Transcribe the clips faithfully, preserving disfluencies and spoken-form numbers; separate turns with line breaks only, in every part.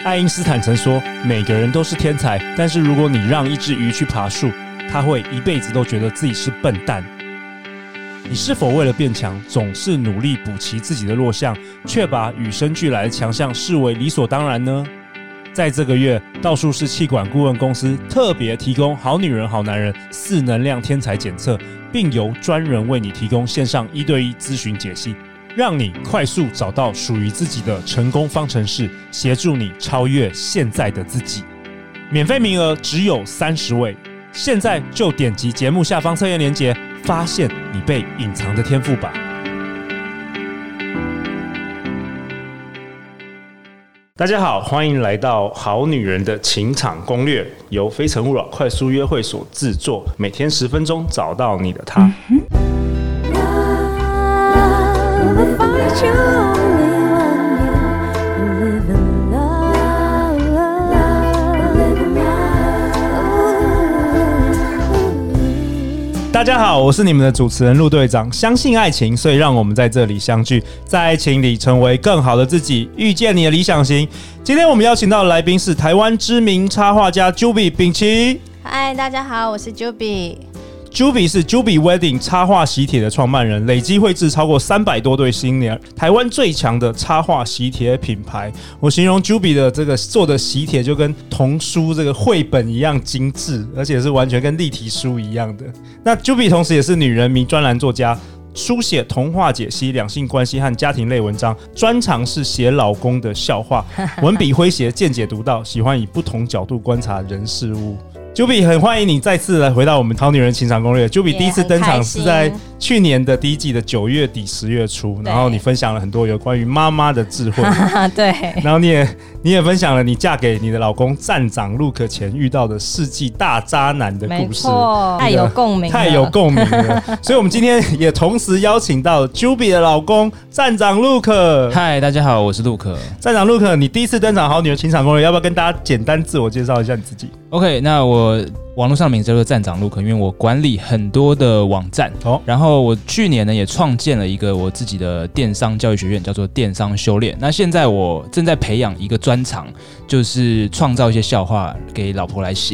爱因斯坦曾说，每个人都是天才，但是如果你让一只鱼去爬树，它会一辈子都觉得自己是笨蛋。你是否为了变强，总是努力补齐自己的弱项，却把与生俱来的强项视为理所当然呢？在这个月，道术士企管顾问公司特别提供好女人好男人四能量天才检测，并由专人为你提供线上一对一咨询解析，让你快速找到属于自己的成功方程式，协助你超越现在的自己。免费名额只有三十位，现在就点击节目下方测验连结，发现你被隐藏的天赋吧。大家好，欢迎来到好女人的情场攻略，由非诚勿扰快速约会所制作，每天十分钟，找到你的他。嗯大家好，我是你们的主持人陆队长。相信爱情，所以让我们在这里相聚，在爱情里成为更好的自己，遇见你的理想型。今天我们邀请到的来宾是台湾知名插画家 Juby 秉琦。
嗨，大家好，我是 Juby。Juby
是 Juby Wedding 插画喜帖的创办人，累积绘制超过三百多对新娘，台湾最强的插画喜帖品牌。我形容 Juby 的这个做的喜帖就跟童书这个绘本一样精致，而且是完全跟立体书一样的。那 Juby 同时也是女人迷专栏作家，书写童话解析、两性关系和家庭类文章，专长是写老公的笑话，文笔诙谐，见解独到，喜欢以不同角度观察人事物。Juby 很欢迎你再次来回到我们好女人情场攻略。Juby 第一次登场是在去年的第一季的九月底十月初，然后你分享了很多有关于妈妈的智慧
对，
然后你也你也分享了你嫁给你的老公站长 Luke 前遇到的世纪大渣男的故事，
太有共鸣了
太有共鸣了所以我们今天也同时邀请到 Juby 的老公站长 Luke。
嗨，大家好，我是 Luke。
站长 Luke， 你第一次登场好女人情场攻略，要不要跟大家简单自我介绍一下你自己？
OK， 那我我网络上的名字叫做站长 Luke， 因为我管理很多的网站、哦、然后我去年呢也创建了一个我自己的电商教育学院，叫做电商修炼。那现在我正在培养一个专长，就是创造一些笑话给老婆来写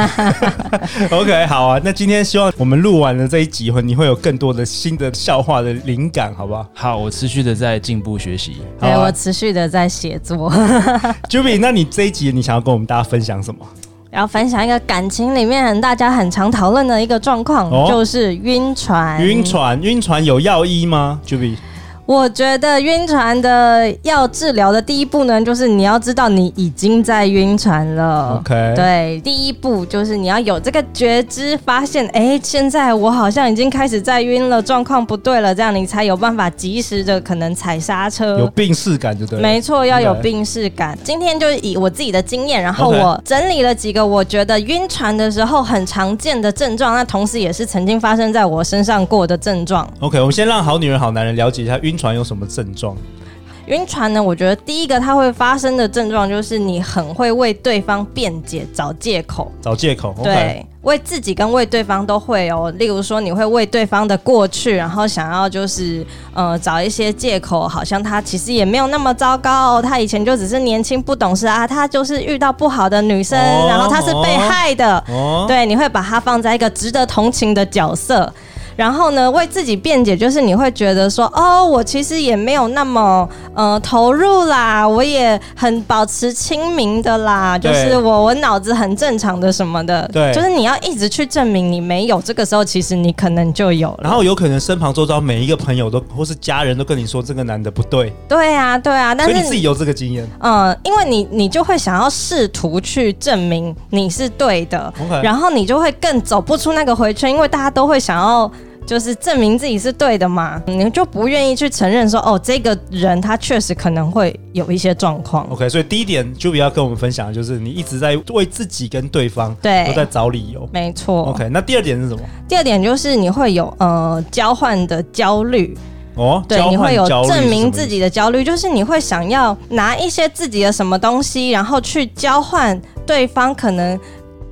OK， 好啊，那今天希望我们录完了这一集后，你会有更多的新的笑话的灵感，好不好？
好，我持续的在进步学习。
对、啊、我持续的在写作
Juby， 那你这一集你想要跟我们大家分享什么？
要分享一个感情里面大家很常讨论的一个状况、哦、就是晕船。
晕船，晕船有药医吗 ？Juby，
我觉得晕船的要治疗的第一步呢，就是你要知道你已经在晕船了。
OK，
对，第一步就是你要有这个觉知，发现哎，现在我好像已经开始在晕了，状况不对了，这样你才有办法及时的可能踩刹车，
有病识感就对了。
没错，要有病识感。今天就以我自己的经验，然后我整理了几个我觉得晕船的时候很常见的症状，那同时也是曾经发生在我身上过的症状。
OK， 我们先让好女人好男人了解一下晕船有什么症状。
晕船呢，我觉得第一个它会发生的症状就是你很会为对方辩解，找借口。
找借口， okay，
对，为自己跟为对方都会哦。例如说，你会为对方的过去，然后想要就是呃找一些借口，好像他其实也没有那么糟糕哦，他以前就只是年轻不懂事啊，他就是遇到不好的女生，哦、然后他是被害的。哦、对，你会把他放在一个值得同情的角色。然后呢，为自己辩解，就是你会觉得说，哦，我其实也没有那么呃投入啦，我也很保持清明的啦，就是我我脑子很正常的什么的，对，就是你要一直去证明你没有，这个时候其实你可能就有了。
然后有可能身旁周遭每一个朋友都或是家人都跟你说这个男的不对。
对啊，对啊，但是
所以你自己有这个经验，
嗯，因为你你就会想要试图去证明你是对的， okay， 然后你就会更走不出那个回圈，因为大家都会想要。就是证明自己是对的嘛，你就不愿意去承认说，哦，这个人他确实可能会有一些状况。
OK， 所以第一点Juby要跟我们分享的就是你一直在为自己跟对方对都在找理由。
没错。
OK， 那第二点是什么？
第二点就是你会有呃交换的焦虑。
哦，
对，你会有证明自己的焦虑，就是你会想要拿一些自己的什么东西，然后去交换对方可能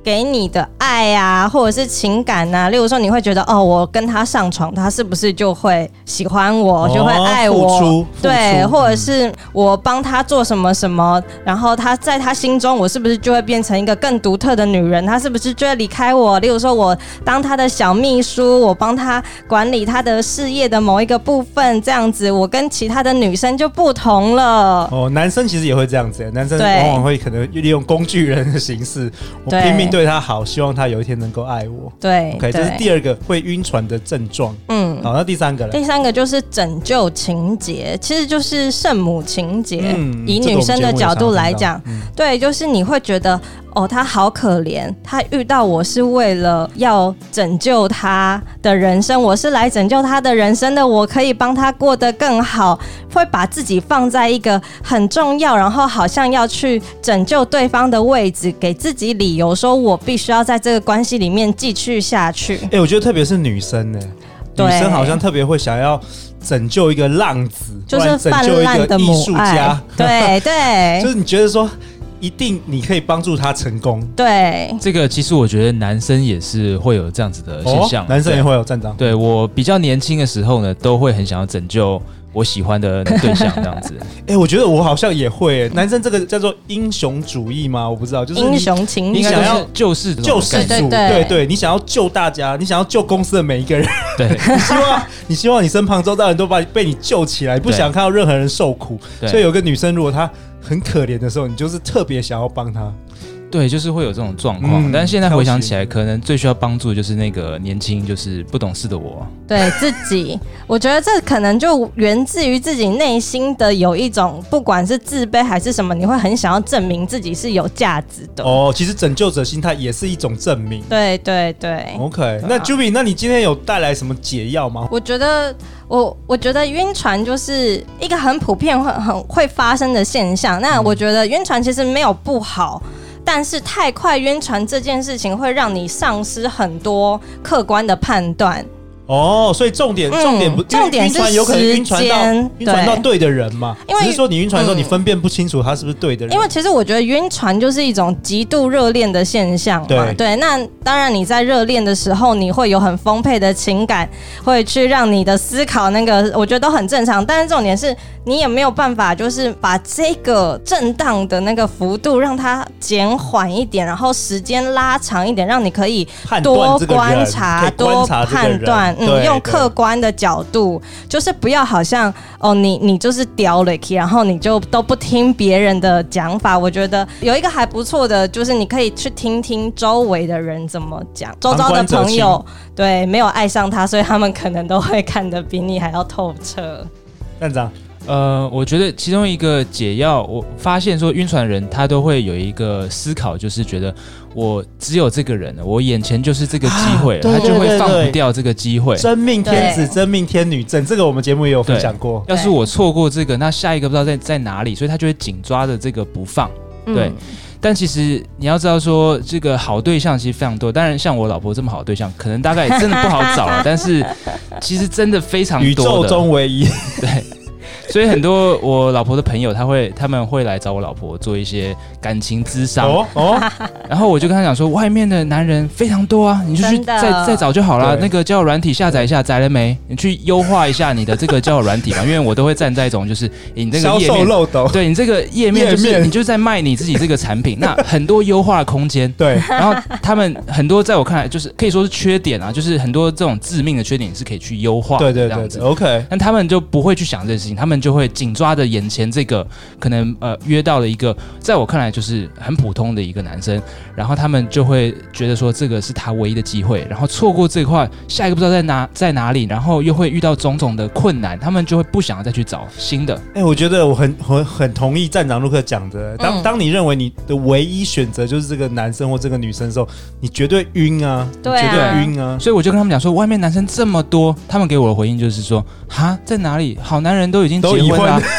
给你的爱啊，或者是情感啊，例如说你会觉得哦，我跟他上床，他是不是就会喜欢我，哦、就会爱我？
付出
对，或者是我帮他做什么什么，然后他在他心中，我是不是就会变成一个更独特的女人？他是不是就会离开我？例如说，我当他的小秘书，我帮他管理他的事业的某一个部分，这样子，我跟其他的女生就不同了。
哦，男生其实也会这样子，男生往往会可能利用工具人的形式，我拼命对他好，希望他有一天能够爱我。
对
，OK， 这是第二个会晕船的症状。嗯，好，那第三个呢？
第三个就是拯救情节，其实就是圣母情节。嗯，以女生的角度来讲，嗯、对，就是你会觉得哦，他好可怜，他遇到我是为了要拯救他的人生，我是来拯救他的人生的，我可以帮他过得更好，会把自己放在一个很重要，然后好像要去拯救对方的位置，给自己理由说我必须要在这个关系里面继续下去。
哎、欸，我觉得特别是女生呢、欸，女生好像特别会想要拯救一个浪子，
就是泛滥的母爱，对对，
就是你觉得说一定你可以帮助他成功。
对，
这个其实我觉得男生也是会有这样子的现象，哦、
男生也会有站长。
对，我比较年轻的时候呢，都会很想要拯救我喜欢的对象这样子。
哎、欸，我觉得我好像也会。男生这个叫做英雄主义吗？我不知道，就是
英雄情节，
你想要救世
救世主，对 对, 对, 对，你想要救大家，你想要救公司的每一个人。
对，
你希望你希望你身旁周遭人都把被你救起来，不想看到任何人受苦。所以有个女生，如果她很可怜的时候，你就是特别想要帮她。
对，就是会有这种状况、嗯，但是现在回想起来，可能最需要帮助的就是那个年轻、就是不懂事的我。
对自己，我觉得这可能就源自于自己内心的有一种，不管是自卑还是什么，你会很想要证明自己是有价值的。
哦，其实拯救者心态也是一种证明。
对对对。
OK， 那 Juby， 那你今天有带来什么解药吗？
我觉得。我我觉得晕船就是一个很普遍会很会发生的现象。那我觉得晕船其实没有不好，但是太快晕船这件事情会让你丧失很多客观的判断。
哦，所以重点重点不、嗯、
重点是时间，
有可能晕船到晕船到对的人嘛？因为只是说你晕船的时候，你分辨不清楚他是不是对的人。
因为其实我觉得晕船就是一种极度热恋的现象嘛。对，对，那当然你在热恋的时候，你会有很丰沛的情感，会去让你的思考那个，我觉得都很正常。但是重点是你也没有办法，就是把这个震荡的那个幅度让它减缓一点，然后时间拉长一点，让你可以多观察、多判断。嗯，用客观的角度，就是不要好像哦，你你就是屌了，然后你就都不听别人的讲法。我觉得有一个还不错的，就是你可以去听听周围的人怎么讲，周遭的朋友对没有爱上他，所以他们可能都会看得比你还要透彻。
站长。
呃，我觉得其中一个解药，我发现说晕船的人他都会有一个思考，就是觉得我只有这个人了，我眼前就是这个机会、啊、他就会放不掉这个机会。
真命天子真命天女症，这个我们节目也有分享过。
要是我错过这个，那下一个不知道在在哪里，所以他就会紧抓着这个不放。对、嗯，但其实你要知道说，这个好对象其实非常多。当然，像我老婆这么好的对象，可能大概真的不好找了。但是其实真的非常多的，
宇宙中唯一。
对。所以很多我老婆的朋友，他会他们会来找我老婆做一些感情咨商，哦哦，然后我就跟他讲说，外面的男人非常多啊，你就去再再找就好了。那个交友软体下载一下，载了没？你去优化一下你的这个交友软体嘛，因为我都会站在一种就是你这个页面
销售漏斗，
对你这个页面就是你就在卖你自己这个产品，那很多优化的空间，
对。
然后他们很多在我看来就是可以说是缺点啊，就是很多这种致命的缺点是可以去优化，
对对对对 ，OK。
但他们就不会去想这件事情，他们就会紧抓着眼前这个可能呃约到了一个在我看来就是很普通的一个男生，然后他们就会觉得说这个是他唯一的机会，然后错过这块，下一个不知道在哪在哪里，然后又会遇到种种的困难，他们就会不想要再去找新的。
哎、欸，我觉得我很很很同意站长陆克讲的，当、嗯、当你认为你的唯一选择就是这个男生或这个女生的时候，你绝对晕啊，
对啊，
绝对晕啊。
所以我就跟他们讲说，外面男生这么多，他们给我的回应就是说，哈，在哪里？好男人都已经结婚了、啊。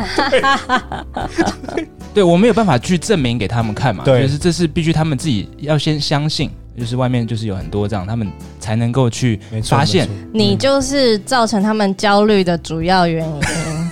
对, 对，我没有办法去证明给他们看嘛，就是这是必须他们自己要先相信，就是外面就是有很多这样，他们才能够去发现。
你就是造成他们焦虑的主要原因。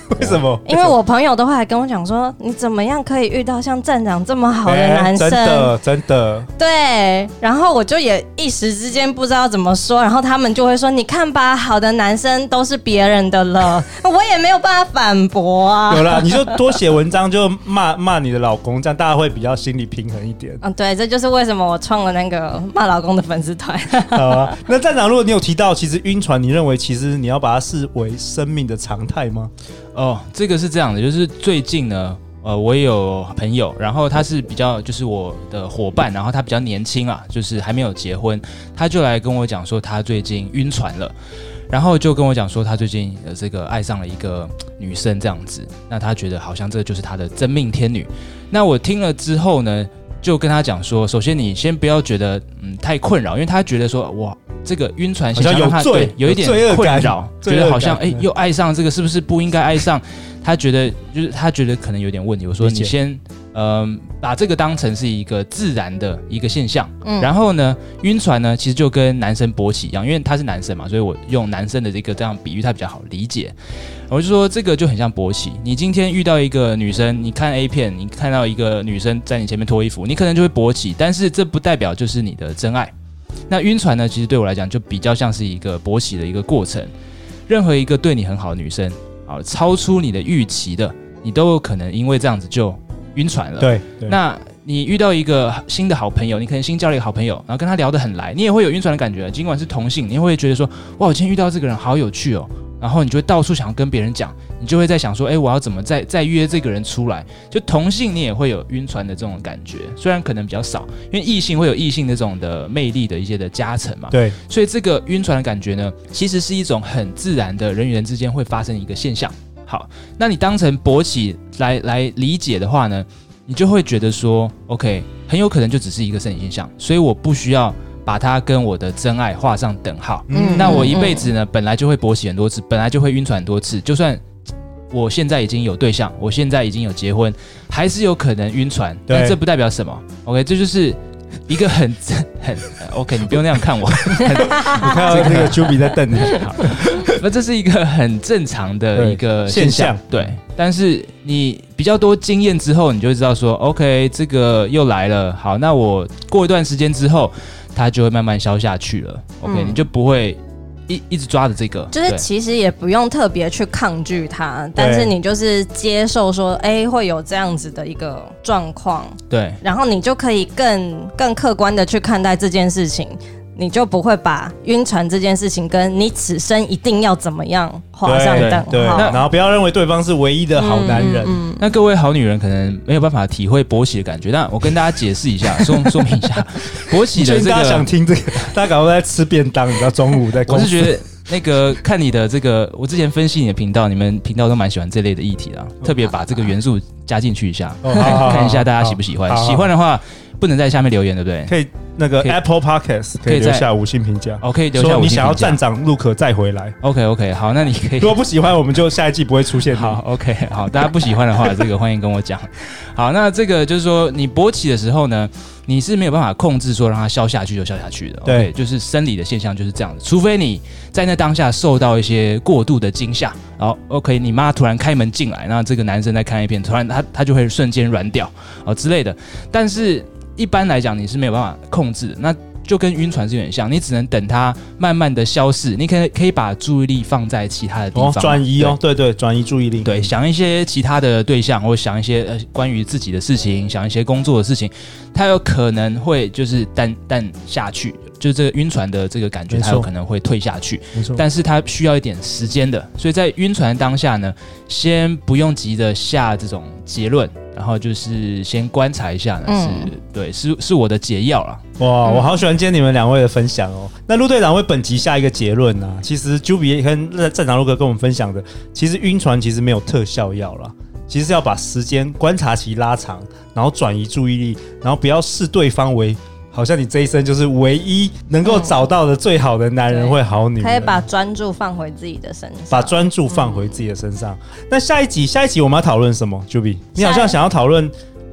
为什么？
因为我朋友都会来跟我讲说，你怎么样可以遇到像站长这么好的男生？欸、
真的真的。
对，然后我就也一时之间不知道怎么说，然后他们就会说，你看吧，好的男生都是别人的了，我也没有办法反驳啊。
有啦，你就多写文章，就骂骂你的老公，这样大家会比较心理平衡一点。
嗯，对，这就是为什么我创了那个骂老公的粉丝团。
好啊，那站长，如果你有提到，其实晕船，你认为其实你要把它视为生命的常态吗？
哦，这个是这样的，就是最近呢，呃，我也有朋友，然后他是比较就是我的伙伴，然后他比较年轻啊，就是还没有结婚，他就来跟我讲说他最近晕船了，然后就跟我讲说他最近呃这个爱上了一个女生这样子，那他觉得好像这就是他的真命天女。那我听了之后呢，就跟他讲说，首先你先不要觉得嗯太困扰，因为他觉得说哇。这个晕船现象让他对有一点困扰，觉得好像哎、欸、又爱上这个是不是不应该爱上？他觉得就是他觉得可能有点问题。我说你先呃把这个当成是一个自然的一个现象，嗯、然后呢晕船呢其实就跟男生勃起一样，因为他是男生嘛，所以我用男生的这个这样比喻他比较好理解。我就说这个就很像勃起，你今天遇到一个女生，你看 A 片，你看到一个女生在你前面脱衣服，你可能就会勃起，但是这不代表就是你的真爱。那晕船呢，其实对我来讲就比较像是一个勃起的一个过程。任何一个对你很好的女生，啊，超出你的预期的，你都有可能因为这样子就晕船了。
对，对
那你遇到一个新的好朋友，你可能新交了一个好朋友，然后跟他聊得很来，你也会有晕船的感觉。尽管是同性，你会觉得说，哇，我今天遇到这个人好有趣哦。然后你就会到处想要跟别人讲，你就会在想说，哎，我要怎么再再约这个人出来？就同性你也会有晕船的这种感觉，虽然可能比较少，因为异性会有异性那种的魅力的一些的加成嘛。
对，
所以这个晕船的感觉呢，其实是一种很自然的人与人之间会发生一个现象。好，那你当成勃起来来理解的话呢，你就会觉得说 ，OK， 很有可能就只是一个生理现象，所以我不需要。把它跟我的真爱画上等号。嗯，那我一辈子呢，本来就会勃起很多次，本来就会晕船很多次。就算我现在已经有对象，我现在已经有结婚，还是有可能晕船。但这不代表什么。OK， 这就是一个很很 OK， 你不用那样看我。
我看到那个 Juby 在瞪你。
那这是一个很正常的一个现象。现象对，但是你比较多经验之后，你就会知道说 ，OK， 这个又来了。好，那我过一段时间之后。它就会慢慢消下去了 ，OK，、嗯、你就不会一一直抓着这个，
就是其实也不用特别去抗拒它，但是你就是接受说，哎，会有这样子的一个状况，
对，
然后你就可以更更客观的去看待这件事情。你就不会把晕船这件事情跟你此生一定要怎么样画上等号，
对，然后不要认为对方是唯一的好男人。嗯
嗯嗯、那各位好女人可能没有办法体会勃起的感觉，但我跟大家解释一下，说说明一下勃起的这个。
大家想听这个，大家赶快在吃便当，你知道中午在公司。
我是觉得那个看你的这个，我之前分析你的频道，你们频道都蛮喜欢这类的议题的、啊，特别把这个元素加进去一下，哦、看, 看一下大家喜不喜欢。喜欢的话，不能在下面留言，对不对？
可以。那个 Apple Podcast 可以留下五星评价，
哦，可以留下五星评价。说
你想要站长 Luke 再回来
，OK OK， 好，那你可以。
如果不喜欢，我们就下一季不会出现。
好 ，OK， 好，大家不喜欢的话，这个欢迎跟我讲。好，那这个就是说，你勃起的时候呢，你是没有办法控制说让它消下去就消下去的。
对，
okay, 就是生理的现象就是这样子，除非你在那当下受到一些过度的惊吓，然后 OK， 你妈突然开门进来，那这个男生在看一片，突然他他就会瞬间软掉哦之类的。但是一般来讲，你是没有办法控制的。那就跟晕船是有点像，你只能等它慢慢的消逝，你可以可以把注意力放在其他的地方，
转、哦、移哦，对对，转移注意力，
对，想一些其他的对象，或想一些呃关于自己的事情，想一些工作的事情，它有可能会就是淡淡下去，就是这个晕船的这个感觉，它有可能会退下去，没错，但是它需要一点时间的，所以在晕船当下呢，先不用急着下这种结论。然后就是先观察一下呢，嗯、是对，是是我的解药啦。
哇，我好喜欢今天你们两位的分享哦。那陆队长为本集下一个结论啊，其实 Juby 跟站长陆哥跟我们分享的，其实晕船其实没有特效药啦，其实是要把时间观察期拉长，然后转移注意力，然后不要视对方为。好像你这一生就是唯一能够找到的最好的男人或好女人，
可以把专注放回自己的身上，
把专注放回自己的身上。嗯、那下一集，下一集我们要讨论什么 ？Juby， 你好像想要讨论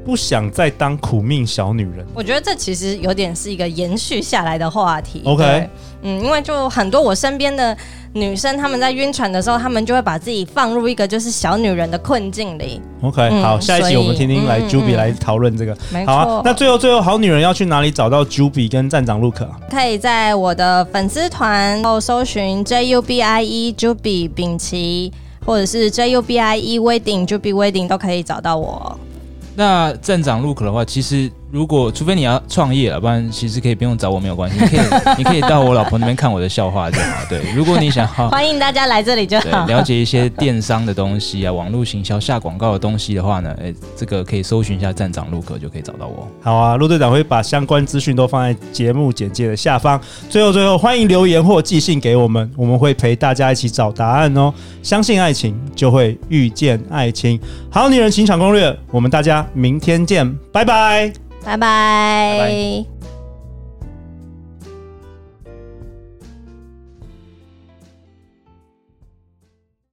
不想再当苦命小女人。
我觉得这其实有点是一个延续下来的话题。
OK，
嗯，因为就很多我身边的女生，她们在晕船的时候，她们就会把自己放入一个就是小女人的困境里。
OK，、嗯、好，下一集我们听听来 Juby 来讨论这个。
没
好啊，那最后最后好女人要去哪里找到 Juby 跟站长 Luke 啊？
可以在我的粉丝团后搜寻 J U B I E Juby 秉琦，或者是 J U B I E Wedding Juby Wedding 都可以找到我。
那站长 Luke 的话，其实如果除非你要创业了，不然其实可以不用找我没有关系，你可以你可以到我老婆那边看我的笑话就好。对，如果你想要
欢迎大家来这里就好，
了解一些电商的东西啊，网络行销下广告的东西的话呢，哎，这个可以搜寻一下站长 Luke 就可以找到我。
好啊，陆队长会把相关资讯都放在节目简介的下方。最后最后，欢迎留言或寄信给我们，我们会陪大家一起找答案哦。相信爱情，就会遇见爱情。好女人情场攻略，我们大家明天见，拜拜，
拜拜。
拜拜。